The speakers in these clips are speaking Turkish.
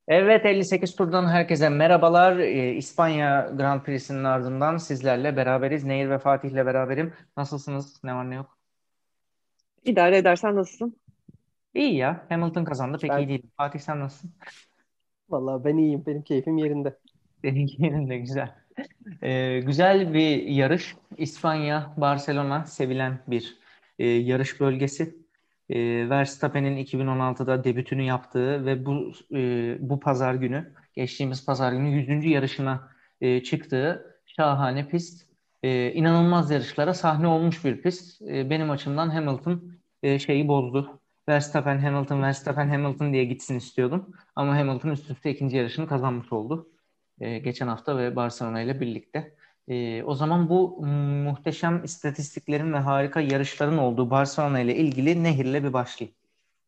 Evet, 58 turdan herkese merhabalar. İspanya Grand Prix'sinin ardından sizlerle beraberiz. Nehir ve Fatih'le beraberim. Nasılsınız? Ne var ne yok? İdare edersen nasılsın? İyi ya. Hamilton kazandı. Pek iyi Ben değil. Fatih sen nasılsın? vallahi ben iyiyim. Benim keyfim yerinde. Senin yerinde güzel. Güzel bir yarış. İspanya, Barcelona sevilen bir yarış bölgesi. Verstappen'in 2016'da debütünü yaptığı ve bu pazar günü, geçtiğimiz pazar günü 100. yarışına çıktığı şahane pist. İnanılmaz yarışlara sahne olmuş bir pist. Benim açımdan Hamilton şeyi bozdu. Verstappen, Hamilton, Verstappen, Hamilton diye gitsin istiyordum. Ama Hamilton üst üste ikinci yarışını kazanmış oldu. Geçen hafta ve Barcelona ile birlikte. O zaman bu muhteşem istatistiklerin ve harika yarışların olduğu Barcelona ile ilgili Nehir'le bir başlayayım.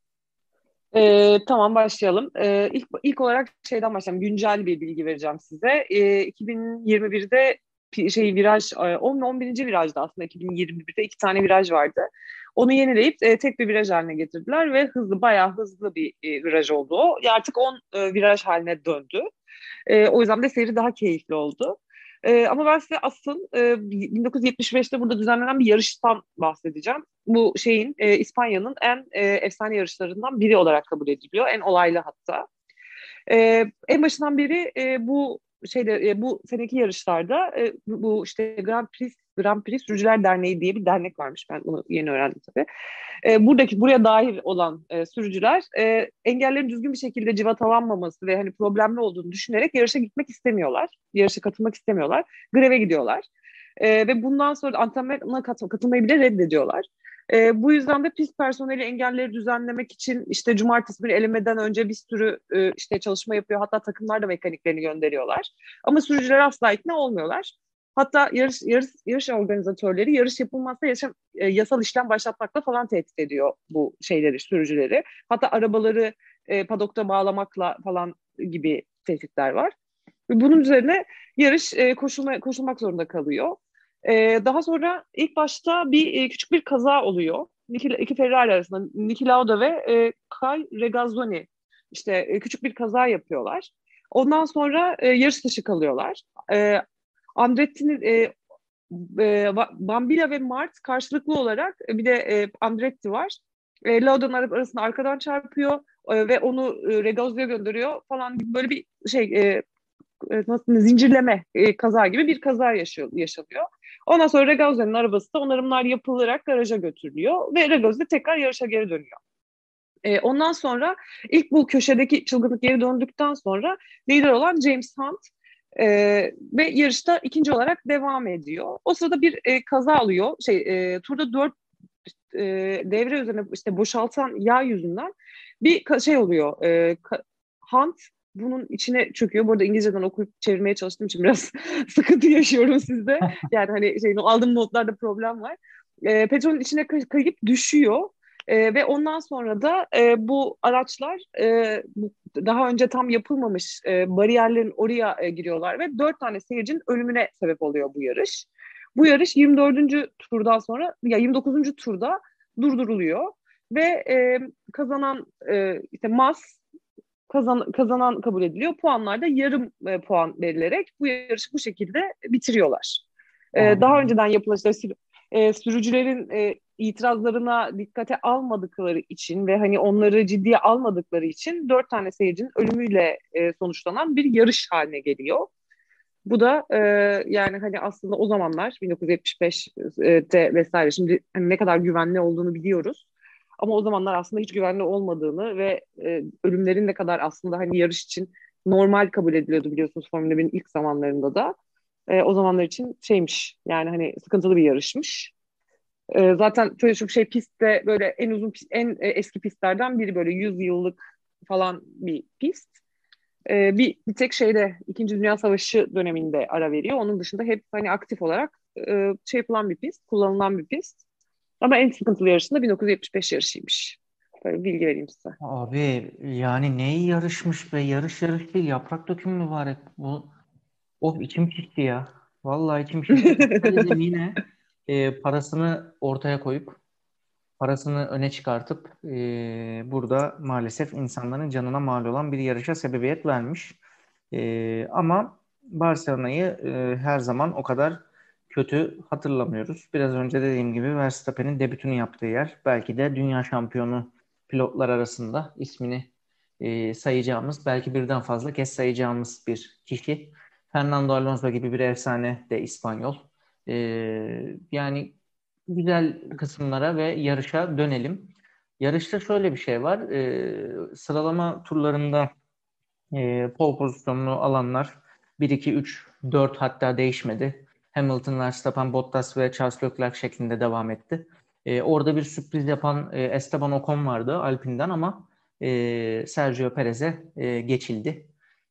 Tamam başlayalım. İlk olarak şeyden başlayalım. Güncel bir bilgi vereceğim size. 2021'de viraj 10 ve 11. virajda aslında 2021'de iki tane viraj vardı. Onu yenileyip tek bir viraj haline getirdiler ve bayağı hızlı bir viraj oldu o. Artık 10 viraj haline döndü. O yüzden de seyri daha keyifli oldu. Ama ben size asıl 1975'te burada düzenlenen bir yarıştan bahsedeceğim. Bu İspanya'nın en efsane yarışlarından biri olarak kabul ediliyor. En olaylı hatta. En başından beri bu seneki yarışlarda bu işte Grand Prix Sürücüler Derneği diye bir dernek varmış. Ben bunu yeni öğrendim tabii. Buraya dahil olan sürücüler engellerin düzgün bir şekilde civatalanmaması ve hani problemli olduğunu düşünerek yarışa gitmek istemiyorlar. Yarışa katılmak istemiyorlar. Greve gidiyorlar. Ve bundan sonra antrenmana katılmayı bile reddediyorlar. Bu yüzden de pist personeli engelleri düzenlemek için işte cumartesi günü elemeden önce bir sürü işte çalışma yapıyor. Hatta takımlar da mekaniklerini gönderiyorlar. Ama sürücüler asla ikna olmuyorlar. Hatta yarış organizatörleri yarış yapılmazsa yasal işlem başlatmakla falan tehdit ediyor bu sürücüleri. Hatta arabaları padokta bağlamakla falan gibi tehditler var. Ve bunun üzerine yarış koşulmak zorunda kalıyor. Daha sonra ilk başta küçük bir kaza oluyor. İki Ferrari arasında Niki Lauda ve Kai Regazzoni işte küçük bir kaza yapıyorlar. Ondan sonra yarış dışı kalıyorlar. E, Andretti'nin Bambila ve Mart karşılıklı olarak bir de Andretti var. Lauda'nın arasında arkadan çarpıyor ve onu Regazzoni'ye gönderiyor falan gibi böyle bir nasıl zincirleme kaza gibi bir kaza yaşanıyor. Ondan sonra Regazzoni'nin arabası da onarımlar yapılarak garaja götürülüyor ve Regazzi tekrar yarışa geri dönüyor. Ondan sonra ilk bu köşedeki çılgınlık geri döndükten sonra lider olan James Hunt e, ve yarışta ikinci olarak devam ediyor. O sırada bir kaza oluyor. Turda dört e, devre üzerine işte boşaltan yağ yüzünden oluyor. Hunt bunun içine çöküyor. Bu arada İngilizceden okuyup çevirmeye çalıştığım için biraz sıkıntı yaşıyorum sizde. Yani hani aldığım notlarda problem var. Petrolün içine kayıp düşüyor. Ve ondan sonra da bu araçlar daha önce tam yapılmamış bariyerlerin oraya giriyorlar ve dört tane seyircinin ölümüne sebep oluyor bu yarış. Bu yarış 24. turdan sonra ya 29. turda durduruluyor ve kazanan işte kazanan kabul ediliyor. Puanlar da yarım puan verilerek bu yarışı bu şekilde bitiriyorlar. Daha Abi, önceden yapılan sürücülerin itirazlarına dikkate almadıkları için ve hani onları ciddiye almadıkları için dört tane seyircinin ölümüyle sonuçlanan bir yarış haline geliyor. Bu da yani hani aslında o zamanlar 1975'te vesaire şimdi hani ne kadar güvenli olduğunu biliyoruz. Ama o zamanlar aslında hiç güvenli olmadığını ve ölümlerin ne kadar aslında hani yarış için normal kabul ediliyordu biliyorsunuz Formula 1'in ilk zamanlarında da. O zamanlar için yani hani sıkıntılı bir yarışmış. Zaten çok pistte böyle en eski pistlerden biri böyle 100 yıllık falan bir pist. Bir tek İkinci Dünya Savaşı döneminde ara veriyor. Onun dışında hep hani aktif olarak yapılan bir pist, kullanılan bir pist. Ama en sıkıntılı yarışında 1975 yarışıymış. Böyle bir bilgi vereyim size. abi yani ne yarışmış be, yarış yarış değil, yaprak dökümü mübarek bu. Of, içim şişti ya. Vallahi içim şişti. Kapitalizm yine parasını ortaya koyup parasını öne çıkartıp burada maalesef insanların canına mal olan bir yarışa sebebiyet vermiş. Ama Barcelona'yı her zaman o kadar kötü hatırlamıyoruz. Biraz önce dediğim gibi Verstappen'in debütünü yaptığı yer belki de dünya şampiyonu pilotlar arasında ismini sayacağımız, belki birden fazla kez sayacağımız bir kişi. Fernando Alonso gibi bir efsane de İspanyol. Yani güzel kısımlara ve yarışa dönelim. Yarışta şöyle bir şey var. Sıralama turlarında pole pozisyonunu alanlar 1, 2, 3, 4 hatta değişmedi. Hamilton, Verstappen, Bottas ve Charles Leclerc şeklinde devam etti. Orada bir sürpriz yapan Esteban Ocon vardı Alpine'den ama Sergio Perez'e geçildi.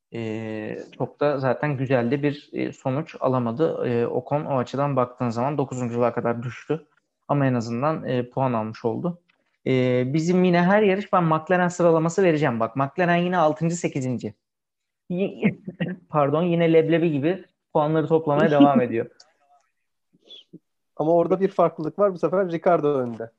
Çok da zaten güzel bir sonuç alamadı. Ocon o açıdan baktığın zaman 9.'luğa kadar düştü. Ama en azından puan almış oldu. Bizim yine her yarış ben McLaren sıralaması vereceğim. Bak McLaren yine 6. 8. Pardon yine leblebi gibi puanları toplamaya devam ediyor. Ama orada bir farklılık var. Bu sefer Ricardo önde.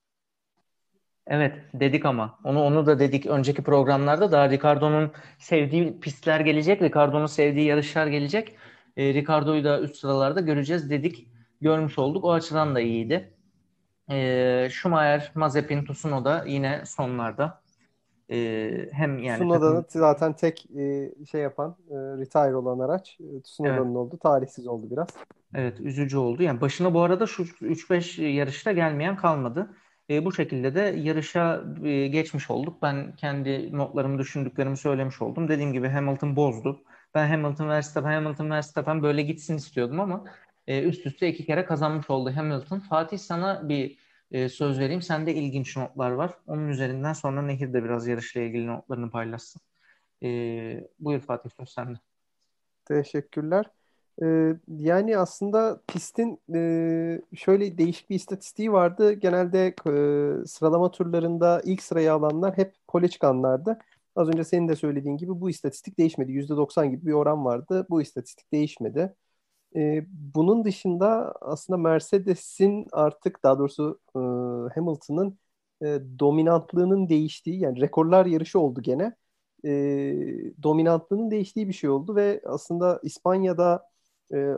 Evet dedik ama onu da dedik önceki programlarda da Ricardo'nun sevdiği pistler gelecek, Ricardo'nun sevdiği yarışlar gelecek. Ricardo'yu da üst sıralarda göreceğiz dedik. Görmüş olduk. O açıdan da iyiydi. Schumacher, Mazepin, Tsunoda yine sonlarda. Hem yani Tsunoda'nın zaten tek şey yapan, retire olan araç evet. Tsunoda'nın oldu. Talihsiz oldu biraz. Evet, üzücü oldu. Yani başına bu arada şu 3-5 yarışta gelmeyen kalmadı. Bu şekilde de yarışa geçmiş olduk. Ben kendi notlarımı, düşündüklerimi söylemiş oldum. Dediğim gibi Hamilton bozdu. Ben Hamilton, Verstappen böyle gitsin istiyordum ama üst üste 2 kere kazanmış oldu Hamilton. Fatih sana bir söz vereyim. Sende ilginç notlar var. Onun üzerinden sonra Nehir de biraz yarışla ilgili notlarını paylaşsın. Buyur Fatih, söz sende. Teşekkürler. Yani aslında pistin şöyle değişik bir istatistiği vardı. Genelde sıralama turlarında ilk sırayı alanlar hep pole çıkanlardı. Az önce senin de söylediğin gibi bu istatistik değişmedi. %90 gibi bir oran vardı. Bu istatistik değişmedi. Bunun dışında aslında Mercedes'in artık daha doğrusu Hamilton'ın dominantlığının değiştiği yani rekorlar yarışı oldu gene. Dominantlığının değiştiği bir şey oldu ve aslında İspanya'da e,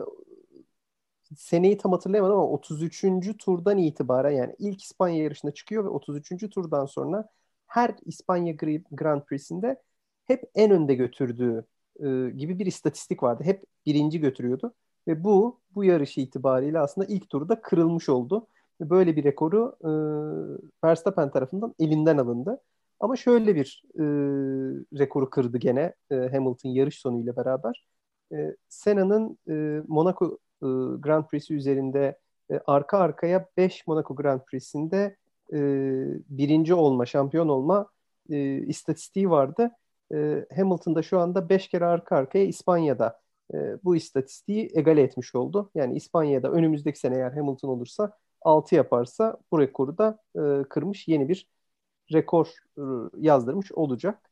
seneyi tam hatırlayamadım ama 33. turdan itibaren yani ilk İspanya yarışına çıkıyor ve 33. turdan sonra her İspanya Grand Prix'sinde hep en önde götürdüğü gibi bir istatistik vardı. Hep birinci götürüyordu. Ve bu yarış itibariyle aslında ilk turda kırılmış oldu. Ve böyle bir rekoru Verstappen tarafından elinden alındı. Ama şöyle bir rekoru kırdı gene Hamilton yarış sonuyla beraber. Senna'nın Monaco Grand Prix'si üzerinde arka arkaya 5 Monaco Grand Prix'sinde e, birinci olma, şampiyon olma istatistiği vardı. Hamilton da şu anda 5 kere arka arkaya İspanya'da bu istatistiği egale etmiş oldu. Yani İspanya'da önümüzdeki sene eğer Hamilton olursa 6 yaparsa bu rekoru da kırmış yeni bir rekor yazdırmış olacak.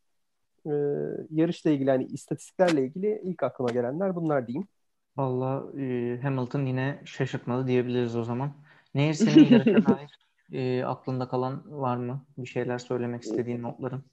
Yarışla ilgili hani istatistiklerle ilgili ilk aklıma gelenler bunlar diyeyim. Vallahi Hamilton yine şaşırtmadı diyebiliriz o zaman. Nehir senin yarışa dair aklında kalan var mı? Bir şeyler söylemek istediğin notların?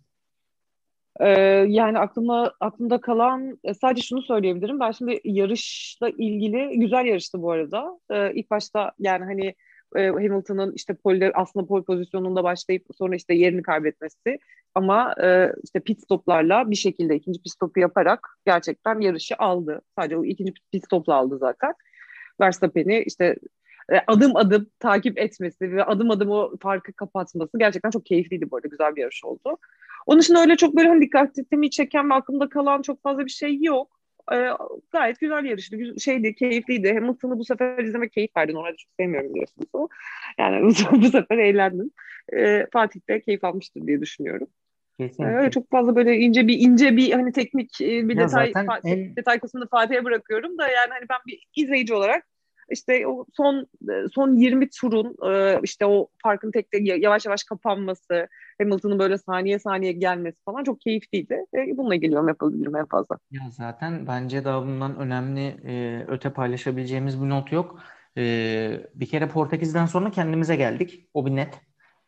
Ee, Yani aklımda kalan sadece şunu söyleyebilirim. Ben şimdi yarışla ilgili güzel yarıştı bu arada. İlk başta yani hani Hamilton'ın işte aslında pole pozisyonunda başlayıp sonra işte yerini kaybetmesi ama işte pit stoplarla bir şekilde ikinci pit stopu yaparak gerçekten yarışı aldı. Sadece o ikinci pit stopla aldı zaten. Verstappen'i işte adım adım takip etmesi ve adım adım o farkı kapatması gerçekten çok keyifliydi bu arada. Güzel bir yarış oldu. Onun için öyle çok böyle hani dikkatimi çeken ve aklımda kalan çok fazla bir şey yok. Ee, Gayet güzel yarıştı. Şeydi, keyifliydi. Hamilton'ı bu sefer izlemek keyif verdi. Normalde çok sevmiyorum biliyorsunuz o. Yani bu sefer eğlendim. Fatih de keyif almıştır diye düşünüyorum. Öyle Kesinlikle. çok fazla böyle ince bir hani teknik bir Ya detay zaten en detay kısmını Fatih'e bırakıyorum da yani hani ben bir izleyici olarak işte o son 20 turun işte o farkın tek tek yavaş yavaş kapanması, Hamilton'ın böyle saniye saniye gelmesi falan çok keyifliydi. Bununla ilgili yorum yapabilirim en fazla. ya zaten bence daha bundan önemli öte paylaşabileceğimiz bir not yok. Bir kere Portekiz'den sonra kendimize geldik. O bir net.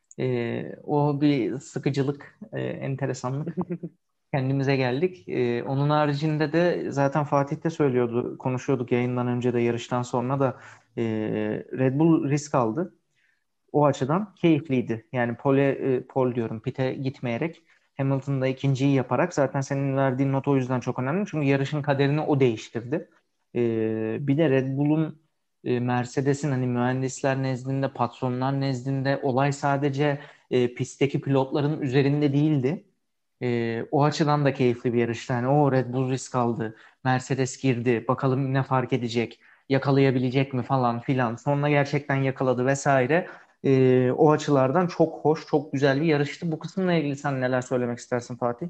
O bir sıkıcılık, enteresanlık. Kendimize geldik. Onun haricinde de zaten Fatih de söylüyordu, konuşuyorduk yayından önce de yarıştan sonra da Red Bull risk aldı. O açıdan keyifliydi. Yani pole diyorum, pit'e gitmeyerek Hamilton'da ikinciyi yaparak zaten senin verdiğin not o yüzden çok önemli. Çünkü yarışın kaderini o değiştirdi. Bir de Red Bull'un Mercedes'in hani mühendisler nezdinde, patronlar nezdinde olay sadece pistteki pilotların üzerinde değildi. O açıdan da keyifli bir yarıştı. Yani o Red Bull risk aldı. Mercedes girdi. Bakalım ne fark edecek? Yakalayabilecek mi falan filan. Sonra gerçekten yakaladı vesaire. O açılardan çok hoş, çok güzel bir yarıştı. Bu kısımla ilgili sen neler söylemek istersin Fatih?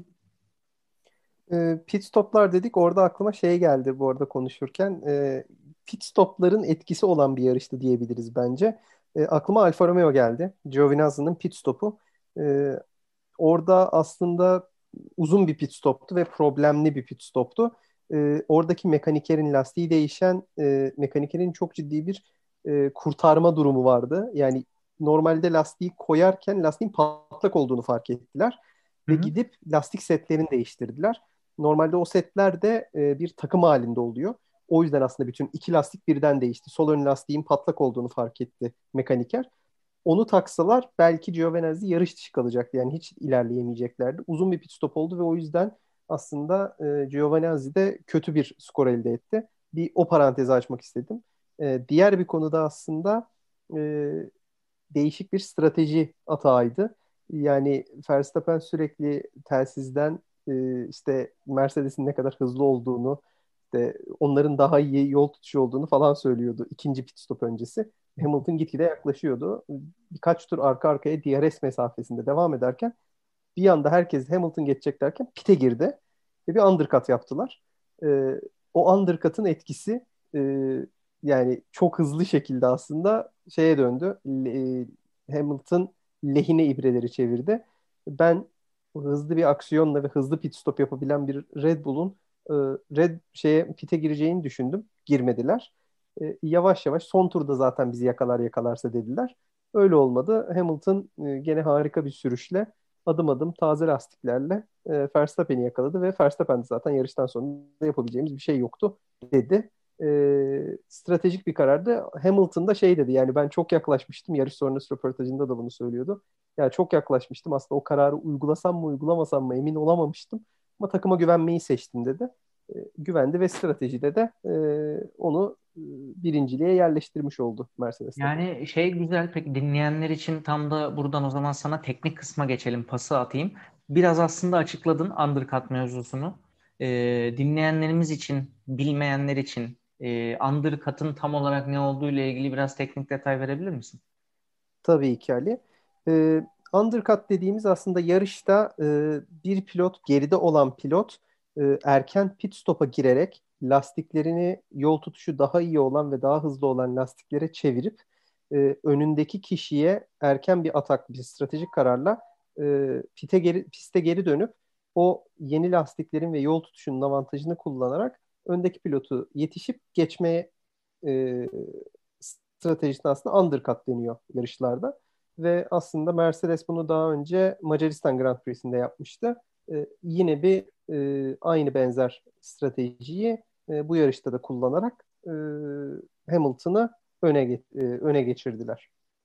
Pit stoplar dedik. Orada aklıma şey geldi bu arada konuşurken. Pit stopların etkisi olan bir yarıştı diyebiliriz bence. Aklıma Alfa Romeo geldi. Giovinazzi'nin pit stopu. E, Orada aslında uzun bir pit stoptu ve problemli bir pit stoptu. Oradaki mekanikerin lastiği değişen mekanikerin çok ciddi bir kurtarma durumu vardı. Yani normalde lastiği koyarken lastiğin patlak olduğunu fark ettiler Hı ve hı. gidip lastik setlerini değiştirdiler. Normalde o setler de bir takım halinde oluyor. O yüzden aslında bütün iki lastik birden değişti. Sol ön lastiğin patlak olduğunu fark etti mekaniker. Onu taksalar belki Giovinazzi yarış dışı kalacaktı. Yani hiç ilerleyemeyeceklerdi. Uzun bir pit stop oldu ve o yüzden aslında Giovinazzi de kötü bir skor elde etti. Bir o parantezi açmak istedim. Diğer bir konuda aslında e, değişik bir strateji atağıydı. Yani Verstappen sürekli telsizden işte Mercedes'in ne kadar hızlı olduğunu, işte onların daha iyi yol tutuşu olduğunu falan söylüyordu ikinci pit stop öncesi. Hamilton gitgide yaklaşıyordu. Birkaç tur arka arkaya DRS mesafesinde devam ederken bir anda herkes Hamilton geçecek derken pit'e girdi ve bir undercut yaptılar. O undercut'ın etkisi e, yani çok hızlı şekilde aslında şeye döndü. Hamilton lehine ibreleri çevirdi. Ben hızlı bir aksiyonla ve hızlı pit stop yapabilen bir Red Bull'un e, pit'e gireceğini düşündüm. Girmediler. Yavaş yavaş son turda zaten bizi yakalar yakalarsa dediler. Öyle olmadı. Hamilton gene harika bir sürüşle adım adım taze lastiklerle Verstappen'i yakaladı ve Verstappen de zaten yarıştan sonra yapabileceğimiz bir şey yoktu dedi. Stratejik bir karardı. Hamilton da şey dedi, yani ben çok yaklaşmıştım. Yarış sonrası röportajında da bunu söylüyordu. Yani çok yaklaşmıştım. Aslında o kararı uygulasam mı uygulamasam mı emin olamamıştım. Ama takıma güvenmeyi seçtim dedi. Güvendi ve stratejide de onu birinciliğe yerleştirmiş oldu Mercedes takımı. Yani şey güzel, peki dinleyenler için tam da buradan o zaman sana teknik kısma geçelim, pası atayım. Biraz aslında açıkladın undercut mevzusunu. Dinleyenlerimiz için, bilmeyenler için undercut'ın tam olarak ne olduğu ile ilgili biraz teknik detay verebilir misin? Tabii ki Ali. Ee, Undercut dediğimiz aslında yarışta bir pilot, geride olan pilot erken pit stop'a girerek lastiklerini yol tutuşu daha iyi olan ve daha hızlı olan lastiklere çevirip önündeki kişiye erken bir atak, bir stratejik kararla piste geri dönüp o yeni lastiklerin ve yol tutuşunun avantajını kullanarak öndeki pilotu yetişip geçmeye e, stratejisine aslında undercut deniyor yarışlarda. Ve aslında Mercedes bunu daha önce Macaristan Grand Prix'sinde yapmıştı. Yine bir aynı benzer stratejiyi bu yarışta da kullanarak Hamilton'ı öne geçirdiler.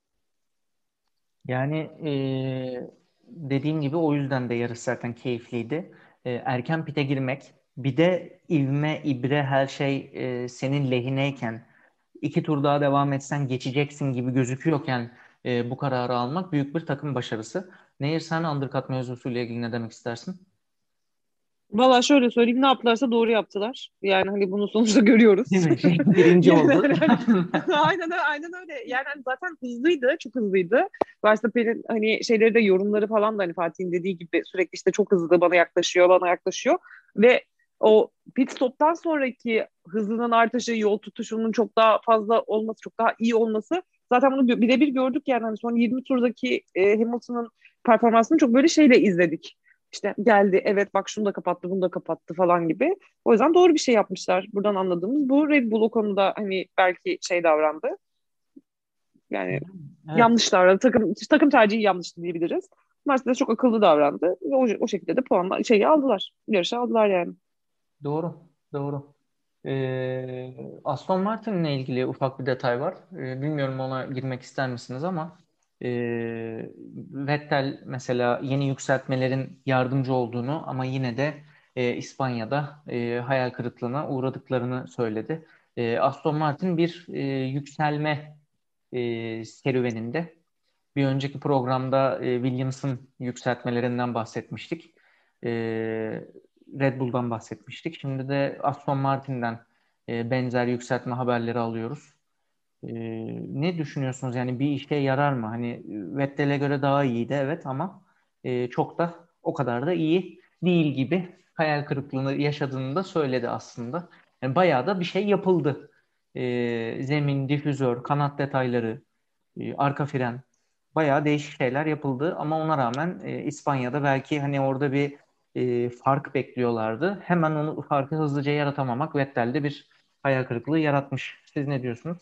Yani dediğim gibi o yüzden de yarış zaten keyifliydi. Erken pite girmek, bir de ivme, ibre her şey senin lehineyken, iki tur daha devam etsen geçeceksin gibi gözüküyorken bu kararı almak büyük bir takım başarısı. Nehir, sen undercut mevzusuyla ilgili ne demek istersin? Valla şöyle söyleyeyim, ne yaptılarsa doğru yaptılar. Yani hani bunu sonuçta Değil görüyoruz. mi? Şey, birinci Yani oldu. aynen öyle. Yani hani zaten hızlıydı, çok hızlıydı. Verstappen'in hani şeyleri de, yorumları falan da hani Fatih'in dediği gibi sürekli işte çok hızlı, bana yaklaşıyor, bana yaklaşıyor. Ve o pit stop'tan sonraki hızının artışı, yol tutuşunun çok daha fazla olması, çok daha iyi olması. Zaten bunu birebir gördük yani. Hani son 20 turdaki Hamilton'ın performansını çok böyle şeyle izledik. İşte geldi, evet bak şunu da kapattı, bunu da kapattı falan gibi. O yüzden doğru bir şey yapmışlar. Buradan anladığımız bu. Red Bull o konuda hani belki şey davrandı. Yani Evet, yanlışlar, takım tercihi yanlıştı diyebiliriz. Mercedes çok akıllı davrandı ve o şekilde de puanla şeyi aldılar. Yarışı aldılar yani. doğru, doğru. Aston Martin'le ilgili ufak bir detay var. Bilmiyorum, ona girmek ister misiniz ama Vettel mesela yeni yükseltmelerin yardımcı olduğunu ama yine de İspanya'da hayal kırıklığına uğradıklarını söyledi. Aston Martin bir yükselme serüveninde. Bir önceki programda Williams'ın yükseltmelerinden bahsetmiştik. Red Bull'dan bahsetmiştik. Şimdi de Aston Martin'den benzer yükseltme haberleri alıyoruz. E, Ne düşünüyorsunuz? Yani bir işe yarar mı? Hani Vettel'e göre daha iyiydi, evet, ama çok da o kadar da iyi değil gibi, hayal kırıklığını yaşadığını da söyledi aslında. Yani bayağı da bir şey yapıldı. Zemin, difüzör, kanat detayları, arka fren, bayağı değişik şeyler yapıldı ama ona rağmen İspanya'da belki hani orada bir fark bekliyorlardı. Hemen onu farkı hızlıca yaratamamak Vettel'de bir hayal kırıklığı yaratmış. Siz ne diyorsunuz?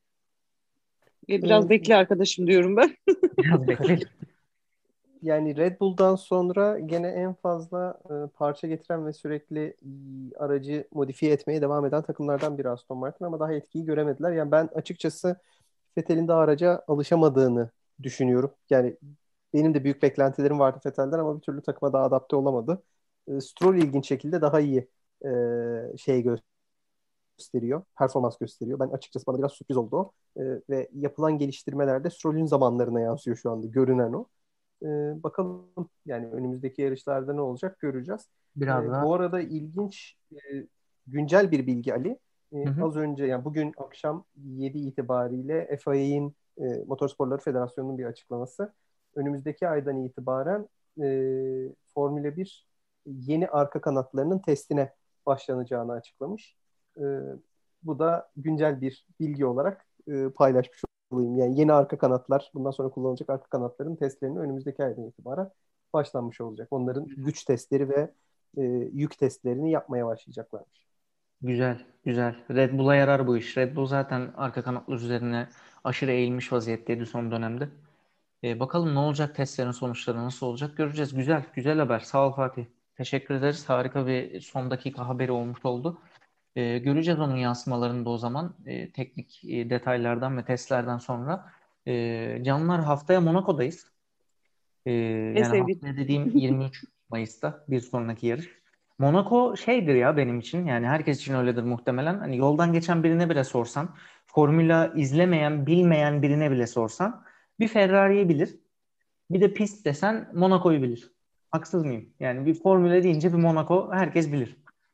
Biraz Ee, bekle arkadaşım diyorum ben. Biraz bekleyelim. Yani Red Bull'dan sonra gene en fazla parça getiren ve sürekli aracı modifiye etmeye devam eden takımlardan biri Aston Martin, ama daha etkiyi göremediler. Yani ben açıkçası Vettel'in de araca alışamadığını düşünüyorum. Yani benim de büyük beklentilerim vardı Vettel'den ama bir türlü takıma daha adapte olamadı. Stroll ilginç şekilde daha iyi şey gösteriyor, performans gösteriyor. Ben açıkçası, bana biraz sürpriz oldu o. Ve yapılan geliştirmelerde Stroll'ün zamanlarına yansıyor şu anda görünen o. Bakalım yani önümüzdeki yarışlarda ne olacak göreceğiz. Biraz daha. Bu arada ilginç güncel bir bilgi Ali. Hı hı. Az önce, yani bugün akşam 7 itibariyle FIA'nin Motorsporları Federasyonu'nun bir açıklaması. Önümüzdeki aydan itibaren Formula 1 yeni arka kanatlarının testine başlanacağını açıklamış. E, Bu da güncel bir bilgi olarak paylaşmış olayım. Yani yeni arka kanatlar, bundan sonra kullanılacak arka kanatların testlerini önümüzdeki aydan itibaren başlanmış olacak. Onların güç testleri ve yük testlerini yapmaya başlayacaklarmış. Güzel, güzel. Red Bull'a yarar bu iş. Red Bull zaten arka kanatlar üzerine aşırı eğilmiş vaziyetteydi son dönemde. Bakalım ne olacak, testlerin sonuçları nasıl olacak göreceğiz. Güzel, güzel haber. Sağ ol Fatih. Teşekkür ederiz. Harika bir son dakika haberi olmuş oldu. Göreceğiz onun yansımalarını da o zaman. Teknik detaylardan ve testlerden sonra. Canlar, haftaya Monaco'dayız. Ee, En Yani sevdiğim. haftaya dediğim 23 Mayıs'ta bir sonraki yarış. Monaco şeydir ya benim için, yani herkes için öyledir muhtemelen. Hani yoldan geçen birine bile sorsan, Formula izlemeyen, bilmeyen birine bile sorsan bir Ferrari'yi bilir. Bir de pist desen Monaco'yu bilir. Haksız mıyım? Yani bir Formula deyince bir Monaco herkes bilir.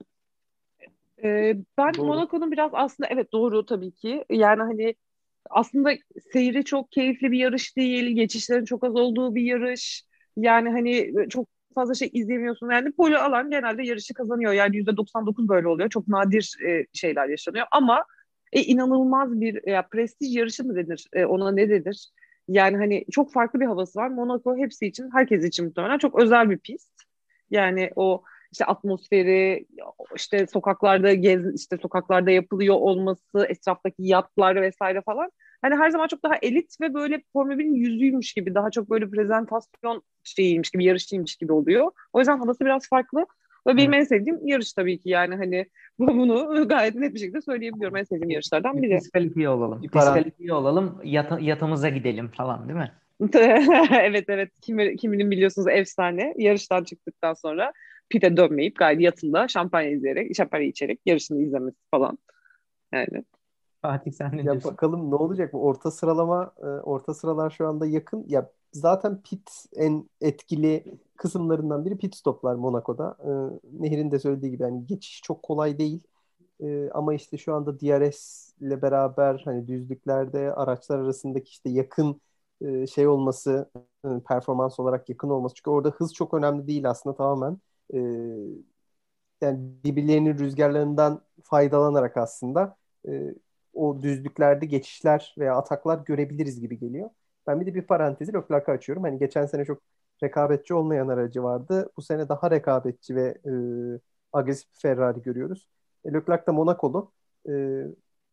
Ben Doğru. Monaco'nun biraz aslında evet doğru tabii ki. Yani hani aslında seyri çok keyifli bir yarış değil. Geçişlerin çok az olduğu bir yarış. Yani hani çok fazla şey izlemiyorsun. Yani pole alan genelde yarışı kazanıyor. Yani %99 böyle oluyor. Çok nadir şeyler yaşanıyor. Ama inanılmaz bir prestij yarışı mı denir? Ona ne denir? Yani hani çok farklı bir havası var. Monaco hepsi için, herkes için muhtemelen çok özel bir pist. Yani o işte atmosferi, işte işte sokaklarda yapılıyor olması, etraftaki yatlar vesaire falan. Hani her zaman çok daha elit ve böyle Formula 1'in yüzüymüş gibi, daha çok böyle prezentasyon şeyiymiş gibi, yarışçıymış gibi oluyor. O yüzden havası biraz farklı. Ve benim Evet. en sevdiğim yarış tabii ki, yani hani bunu gayet net bir şekilde söyleyebiliyorum. En sevdiğim yarışlardan Bir biri. diskalifiye olalım. Bir parantez. Diskalifiye olalım. Yatımıza gidelim falan, değil mi? Evet, evet, kiminin biliyorsunuz efsane yarıştan çıktıktan sonra pite dönmeyip gayet yatında şampanya içerek yarışını izlemesi falan yani. Fatih, sen ne Ya diyorsun? bakalım ne olacak, bu orta sıralama, orta sıralar şu anda yakın. Ya zaten pit en etkili kısımlarından biri pit stoplar Monaco'da. Nehir'in de söylediği gibi yani geçiş çok kolay değil. Ama işte şu anda DRS ile beraber hani düzlüklerde araçlar arasındaki işte yakın şey olması, performans olarak yakın olması. Çünkü orada hız çok önemli değil aslında, tamamen e, yani birbirlerinin rüzgarlarından faydalanarak aslında o düzlüklerde geçişler veya ataklar görebiliriz gibi geliyor. Ben bir de bir parantezi Leclerc'ı açıyorum. Hani geçen sene çok rekabetçi olmayan aracı vardı. Bu sene daha rekabetçi ve agresif bir Ferrari görüyoruz. Leclerc de Monakolu. E,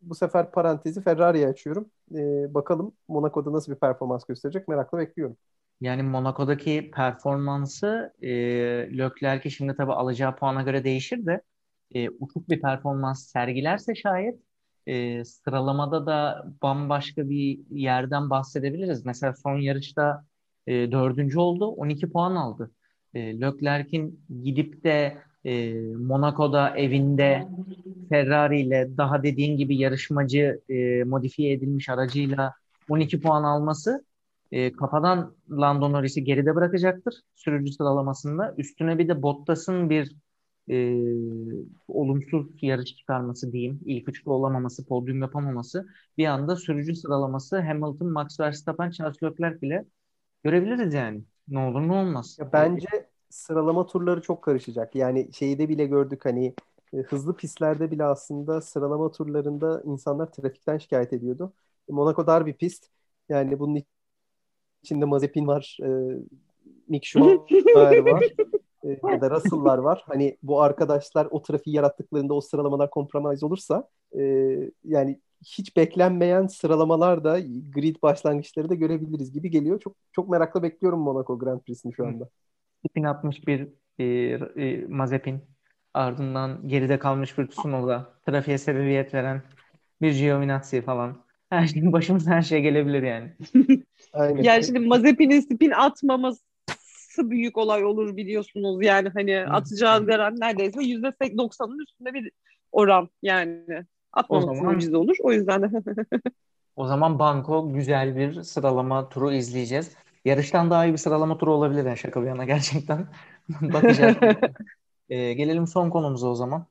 bu sefer parantezi Ferrari'ye açıyorum. Bakalım Monaco'da nasıl bir performans gösterecek, merakla bekliyorum. Yani Monaco'daki performansı Leclerc'in şimdi tabii alacağı puana göre değişir de uçuk bir performans sergilerse şayet sıralamada da bambaşka bir yerden bahsedebiliriz. Mesela son yarışta dördüncü oldu, 12 puan aldı. Leclerc'in gidip de Monaco'da evinde Ferrari ile daha dediğin gibi yarışmacı modifiye edilmiş aracıyla 12 puan alması kafadan Lando Norris'i geride bırakacaktır sürücü sıralamasında. Üstüne bir de Bottas'ın bir e, olumsuz yarış çıkarması diyeyim. İlk üçte olamaması, podyum yapamaması. Bir anda sürücü sıralaması Hamilton, Max Verstappen, Charles Leclerc bile görebiliriz yani. Ne olur ne olmaz. Ya bence sıralama turları çok karışacak. Yani şeyde bile gördük hani hızlı pistlerde bile aslında sıralama turlarında insanlar trafikten şikayet ediyordu. Monaco dar bir pist. Yani bunun içinde Mazepin var, Mick Schumacher var ya da Russell'lar var. Hani bu arkadaşlar o trafiği yarattıklarında o sıralamalar kompromize olursa yani hiç beklenmeyen sıralamalar da grid başlangıçları da görebiliriz gibi geliyor. Çok çok merakla bekliyorum Monaco Grand Prix'sini şu anda. spin atmış bir Mazepin. Ardından geride kalmış bir Tsunoda. Trafiğe sebebiyet veren bir Giovinazzi falan. Her şey, başımıza her şey gelebilir yani. Aynen. Yani şimdi Mazepin'in spin atmaması büyük olay olur biliyorsunuz. Yani hani atacağı garanti neredeyse %90'ın üstünde bir oran yani. O Atmaması zaman mucize olur. O yüzden de o zaman Banko güzel bir sıralama turu izleyeceğiz. Yarıştan daha iyi bir sıralama turu olabilir yani şaka bir yana gerçekten. Bakacağız. Gelelim son konumuza o zaman.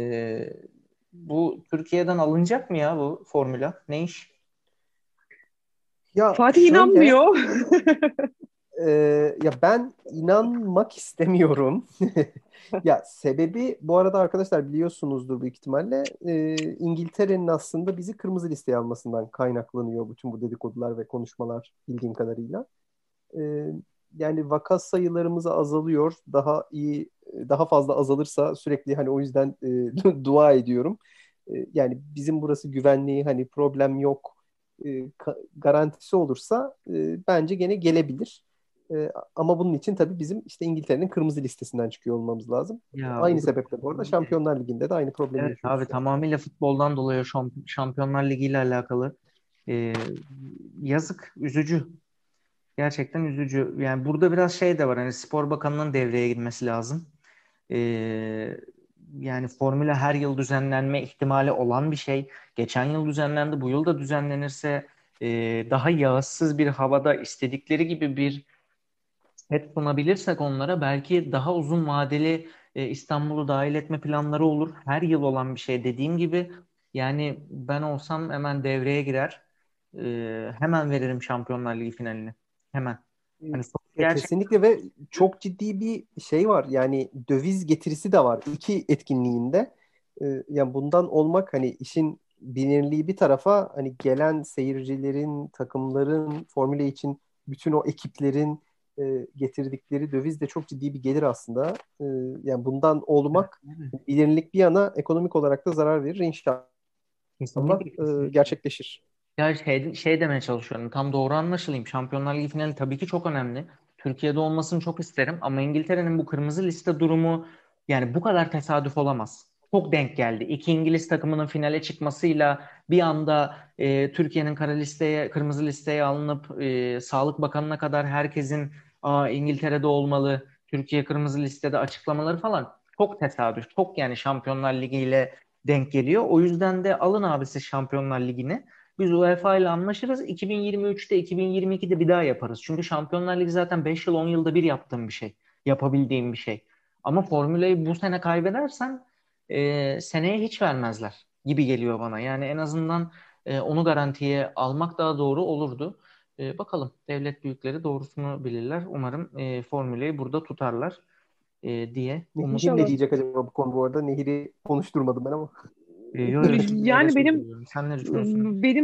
Bu Türkiye'den alınacak mı ya bu formüla? Ne iş? Ya Fatih şöyle inanmıyor. e, ya ben inanmak istemiyorum. Ya sebebi bu arada arkadaşlar biliyorsunuzdur büyük ihtimalle İngiltere'nin aslında bizi kırmızı listeye almasından kaynaklanıyor bütün bu dedikodular ve konuşmalar bildiğim kadarıyla. E, Yani vaka sayılarımız azalıyor. Daha iyi, daha fazla azalırsa sürekli hani o yüzden dua ediyorum. Yani bizim burası güvenliği hani problem yok garantisi olursa bence gene gelebilir. Ama bunun için tabii bizim işte İngiltere'nin kırmızı listesinden çıkıyor olmamız lazım. Ya Aynı o sebeple bu arada Şampiyonlar Ligi'nde de aynı problemi evet yaşıyoruz abi şu an. tamamıyla futboldan dolayı Şampiyonlar Ligi ile alakalı. Ee, Yazık, üzücü. Gerçekten üzücü. Yani burada biraz şey de var. Hani Spor Bakanı'nın devreye girmesi lazım. Ee, Yani formüle her yıl düzenlenme ihtimali olan bir şey. Geçen yıl düzenlendi. Bu yıl da düzenlenirse daha yağızsız bir havada istedikleri gibi bir set sunabilirsek onlara belki daha uzun vadeli İstanbul'u dahil etme planları olur. Her yıl olan bir şey dediğim gibi. Yani ben olsam hemen devreye girer. Hemen veririm Şampiyonlar Ligi finalini. Hemen. Hani Ya kesinlikle ve çok ciddi bir şey var. Yani döviz getirisi de var iki etkinliğinde. Yani bundan olmak hani işin bilinirliği bir tarafa hani gelen seyircilerin, takımların, Formula için bütün o ekiplerin getirdikleri döviz de çok ciddi bir gelir aslında. Yani bundan olmak gerçekten bilinirlik bir yana ekonomik olarak da zarar verir. İnşallah kesinlikle kesinlikle. gerçekleşir. Ya şey demeye çalışıyorum. Tam doğru anlaşılayım. Şampiyonlar Ligi finali tabii ki çok önemli. Türkiye'de olmasını çok isterim ama İngiltere'nin bu kırmızı liste durumu yani bu kadar tesadüf olamaz. Çok denk geldi. İki İngiliz takımının finale çıkmasıyla bir anda Türkiye'nin kara listeye, kırmızı listeye alınıp Sağlık Bakanı'na kadar herkesin İngiltere'de olmalı, Türkiye kırmızı listede açıklamaları falan çok tesadüf. Çok yani Şampiyonlar Ligi ile denk geliyor. O yüzden de alın abi siz Şampiyonlar Ligi'ni. Biz UEFA ile anlaşırız. 2023'te, 2022'de bir daha yaparız. Çünkü Şampiyonlar Ligi zaten 5 yıl, 10 yılda bir yaptığım bir şey. Yapabildiğim bir şey. Ama formülayı bu sene kaybedersen seneye hiç vermezler gibi geliyor bana. Yani en azından onu garantiye almak daha doğru olurdu. Bakalım devlet büyükleri doğrusunu bilirler. Umarım formülayı burada tutarlar diye umut Nehir ne İnşallah. diyecek acaba bu konu bu arada? Nehir'i konuşturmadım ben ama. yo, yo, şimdi Nehir'e Yani söz benim veriyorum. Sen ne düşünüyorsun? benim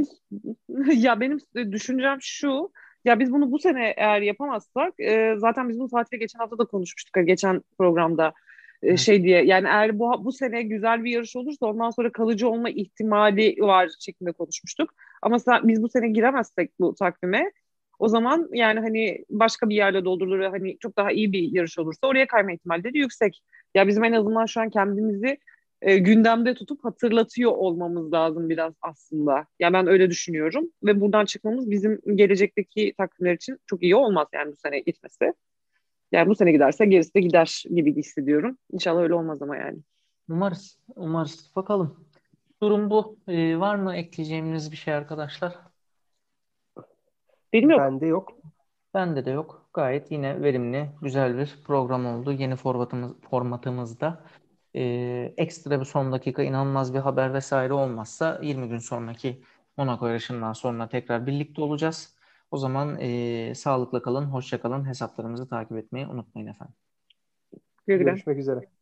ya benim düşüncem şu. Ya biz bunu bu sene eğer yapamazsak zaten biz bunu Fatih'le geçen hafta da konuşmuştuk. Geçen programda Evet. Şey diye yani eğer bu sene güzel bir yarış olursa ondan sonra kalıcı olma ihtimali var şeklinde konuşmuştuk. Ama biz bu sene giremezsek bu takvime o zaman yani hani başka bir yerde doldurulur ve hani çok daha iyi bir yarış olursa oraya kayma ihtimalleri yüksek. Ya bizim en azından şu an kendimizi gündemde tutup hatırlatıyor olmamız lazım biraz aslında. Ya ben öyle düşünüyorum ve buradan çıkmamız bizim gelecekteki takvimler için çok iyi olmaz yani bu sene gitmesi. Yani bu sene giderse gerisi de gider gibi hissediyorum. İnşallah öyle olmaz ama yani. Umarız. Umarız. Bakalım. Durum bu. Var mı ekleyeceğimiz bir şey arkadaşlar? Benim yok. Bende yok. Bende de yok. Gayet yine verimli, güzel bir program oldu. Yeni formatımızda ekstra bir son dakika inanılmaz bir haber vesaire olmazsa 20 gün sonraki Monaco yarışından sonra tekrar birlikte olacağız. O zaman sağlıkla kalın, hoşça kalın. Hesaplarımızı takip etmeyi unutmayın efendim. Güle güle. Görüşmek üzere.